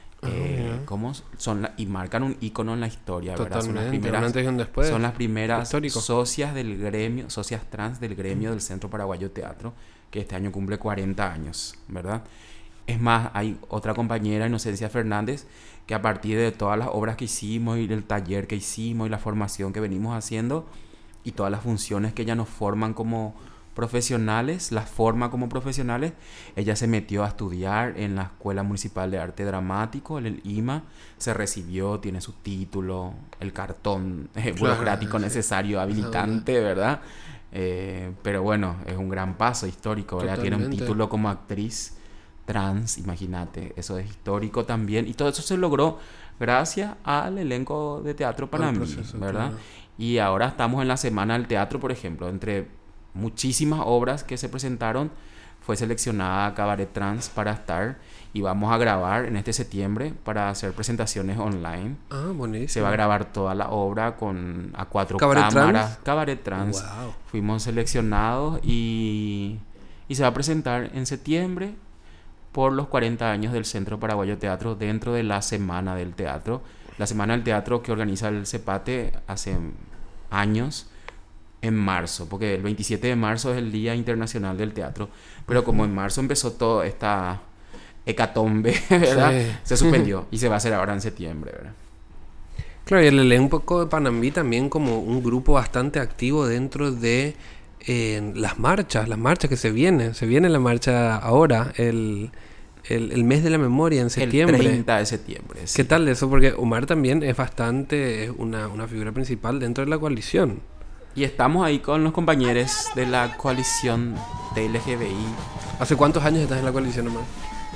D: Y marcan un ícono en la historia, ¿verdad? Son las primeras socias del gremio, socias trans del gremio del Centro Paraguayo de Teatro, que este año cumple 40 años, ¿verdad? Es más, hay otra compañera, Inocencia Fernández, que a partir de todas las obras que hicimos y del taller que hicimos y la formación que venimos haciendo y todas las funciones que ella nos forman como profesionales, las forma como profesionales, ella se metió a estudiar en la Escuela Municipal de Arte Dramático, en el IMA, se recibió, tiene su título, el cartón burocrático necesario, habilitante, ¿verdad? Pero bueno, es un gran paso histórico, ¿verdad? Tiene un
C: Totalmente.
D: título como actriz trans, imagínate, eso es histórico también. Y todo eso se logró gracias al elenco de Teatro Panamí,
C: proceso,
D: ¿verdad?
C: claro.
D: Y ahora estamos en la Semana del Teatro, por ejemplo, entre muchísimas obras que se presentaron, fue seleccionada Cabaret Trans para estar y vamos a grabar en este septiembre para hacer presentaciones online.
C: Ah, buenísimo.
D: Se va a grabar toda la obra a 4
C: ¿Cabaret
D: cámaras.
C: Trans?
D: Cabaret Trans.
C: Wow.
D: Fuimos seleccionados y se va a presentar en septiembre por los 40 años del Centro Paraguayo Teatro dentro de la Semana del Teatro. La Semana del Teatro que organiza el CEPATE hace años en marzo, porque el 27 de marzo es el Día Internacional del Teatro, pero como en marzo empezó toda esta hecatombe, ¿verdad?
C: Sí.
D: Se suspendió y se va a hacer ahora en septiembre, ¿verdad?
C: Claro, y el elenco de Panamí también como un grupo bastante activo dentro de las marchas que se viene la marcha ahora, el mes de la memoria en septiembre.
D: El 30 de septiembre, sí.
C: ¿Qué tal eso? Porque Omar también es una figura principal dentro de la coalición.
D: Y estamos ahí con los compañeros de la coalición de LGBI.
C: ¿Hace cuántos años estás en la coalición, Omar?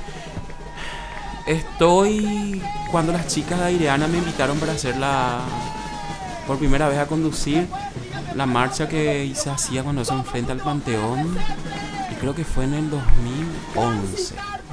D: Estoy cuando las chicas de Aireana me invitaron para hacer por primera vez a conducir la marcha que se hacía cuando se enfrenta al Panteón, y creo que fue en el 2011.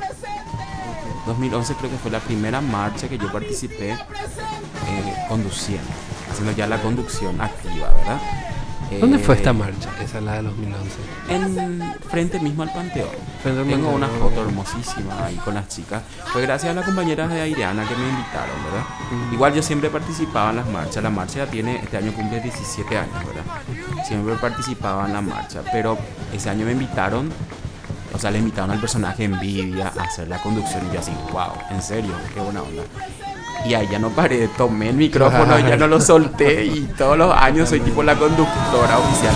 D: 2011 creo que fue la primera marcha que yo participé conduciendo, haciendo ya la conducción activa, ¿verdad?
C: ¿Dónde fue esta marcha? Esa es la de 2011.
D: En frente mismo al Panteón.
C: Frente al
D: Tengo
C: Panteón.
D: una foto hermosísima ahí con las chicas. Fue gracias a las compañeras de Aireana que me invitaron, ¿verdad? Igual yo siempre participaba en las marchas. La marcha ya tiene, este año cumple 17 años, ¿verdad? Siempre participaba en la marcha. Pero ese año me invitaron, o sea, le invitaron al personaje Envidia a hacer la conducción. Y yo así, wow, en serio, qué buena onda. Y ahí ya no paré, tomé el micrófono, ya no lo solté y todos los años soy tipo la conductora oficial.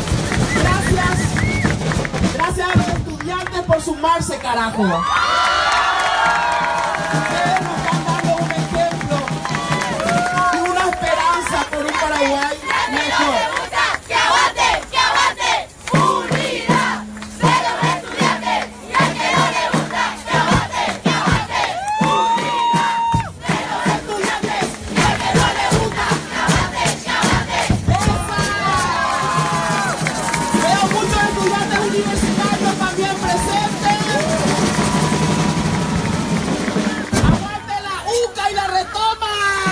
E: Gracias a los estudiantes por sumarse, carajo. Ustedes nos están dando un ejemplo y una esperanza por un Paraguay mejor.
H: ¡Que aguante! ¡Que aguante! ¡Unidad! ¡De los estudiantes! ¡Y al que no le gusta! ¡Que aguante! ¡Que aguante! ¡Unidad! ¡De los estudiantes! ¡Y al que no le gusta! ¡Que aguante! ¡Que aguante!
E: Veo muchos estudiantes universitarios también presentes. ¡Aguante la UCA y la retoma!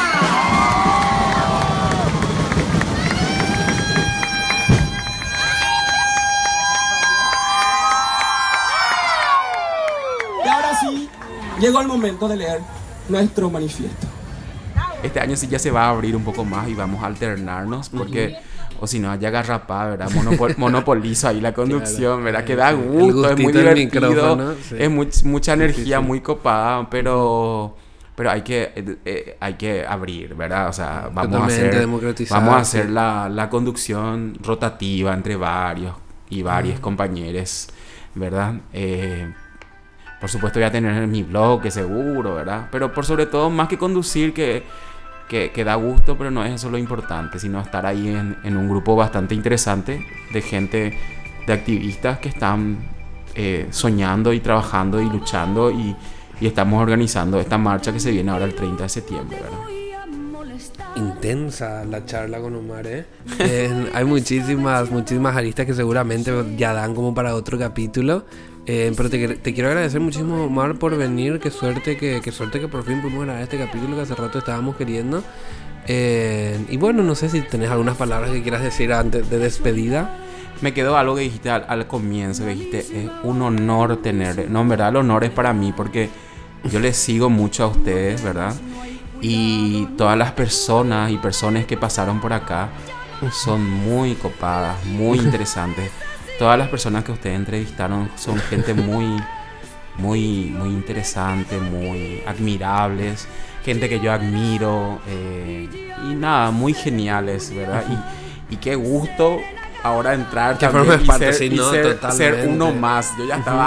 E: Y ahora sí, llegó el momento de leer nuestro manifiesto.
D: Este año sí ya se va a abrir un poco más y vamos a alternarnos porque, o si no, ya agarrapá, ¿verdad? Monopolizo ahí la conducción,
C: Claro.
D: ¿verdad? Que da
C: El
D: gusto, es muy
C: gustito del
D: divertido,
C: micrófono, sí.
D: es mucha energía,
C: sí.
D: muy copada, pero hay que abrir, ¿verdad? O sea,
C: Totalmente democratizar,
D: vamos a hacer
C: sí.
D: la conducción rotativa entre varios y varios compañeros, ¿verdad? Por supuesto voy a tener mi blog, que seguro, ¿verdad? Pero por sobre todo, más que conducir, que da gusto, pero no es eso lo importante, sino estar ahí en un grupo bastante interesante de gente, de activistas que están soñando y trabajando y luchando y estamos organizando esta marcha que se viene ahora el 30 de septiembre, ¿verdad?
C: Intensa la charla con Omar, ¿eh? Hay muchísimas aristas que seguramente ya dan como para otro capítulo. Pero te quiero agradecer muchísimo, Omar, por venir. Qué suerte que por fin pudimos grabar este capítulo que hace rato estábamos queriendo. Y bueno, no sé si tenés algunas palabras que quieras decir antes de despedida.
D: Me quedó algo que dijiste al comienzo, que dijiste, es un honor tener... No, en verdad el honor es para mí porque yo les sigo mucho a ustedes, ¿verdad? Y todas las personas y personas que pasaron por acá son muy copadas, muy interesantes. Todas las personas que ustedes entrevistaron son gente muy interesante, muy admirables, gente que yo admiro y nada, muy geniales, ¿verdad? Y qué gusto ahora entrar
C: Que
D: también
C: formes
D: y
C: parte,
D: ser,
C: sí,
D: y
C: no,
D: ser
C: totalmente.
D: uno más. Yo ya estaba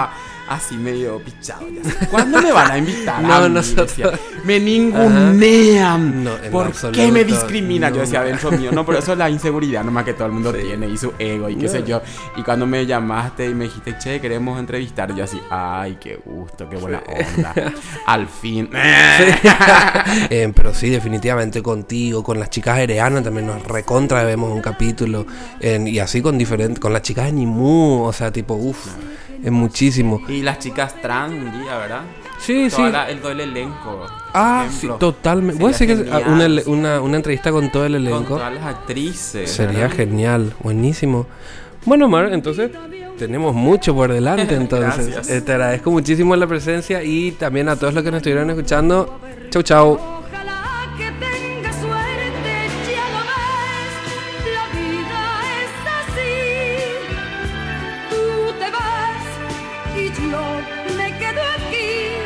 D: así medio pichado. Ya sé. ¿Cuándo me van a invitar?
C: No,
D: a mí?
C: nosotros-
D: Decía, me ningunean.
C: No, en
D: ¿Por
C: absoluto,
D: qué me discriminan?
C: no.
D: Yo decía, dentro mío. No, pero eso es la inseguridad nomás que todo el mundo tiene y su ego y qué sé yo. Y cuando me llamaste y me dijiste, che, queremos entrevistar, yo así, ay, qué gusto, qué buena onda. Al fin.
C: Pero sí, definitivamente contigo, con las chicas Ereana también nos recontra vemos un capítulo. Y así con las chicas de Nimú, o sea, tipo, es muchísimo.
D: Y las chicas trans un día, ¿verdad?
C: Sí, sí.
D: Todo el elenco.
C: Ah,
D: por
C: sí,
D: ejemplo.
C: totalmente. ¿Voy a decir
D: Sería
C: que
D: genial.
C: una entrevista con todo el
D: Con
C: elenco?
D: todas las actrices.
C: Sería
D: ¿verdad?
C: genial, buenísimo. Bueno, Omar, entonces tenemos mucho por delante, entonces.
D: Gracias.
C: Te agradezco muchísimo la presencia y también a todos los que nos estuvieron escuchando. Chau, chau.
F: Ojalá que tengas suerte, ya lo ves, la vida es así. Tú te vas y yo me quedo aquí.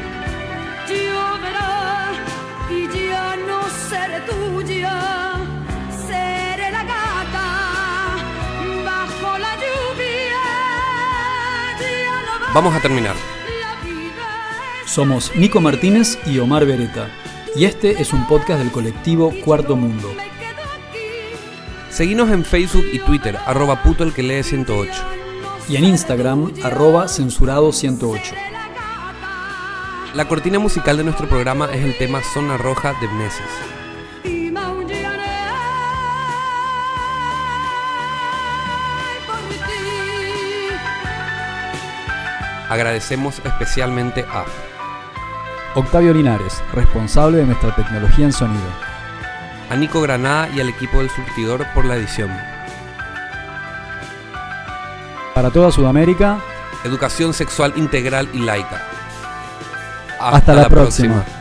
F: Lloverá y ya no seré tuya, seré la gata bajo la lluvia. Ya lo ves,
C: Vamos a terminar.
F: la vida es
B: Somos Nico Martínez y Omar Beretta. Y este es un podcast del colectivo Cuarto Mundo.
F: me quedo aquí.
C: Seguinos en Facebook y Twitter, @puto el que lee 108.
B: Y en Instagram, @censurado108.
C: La cortina musical de nuestro programa es el tema Zona Roja de Mnesis.
F: Y maullaré por ti.
C: Agradecemos especialmente a
B: Octavio Linares, responsable de nuestra tecnología en sonido.
C: Nico Granada y al equipo del Surtidor por la edición.
B: Para toda Sudamérica,
C: Educación sexual integral y laica.
B: hasta la próxima.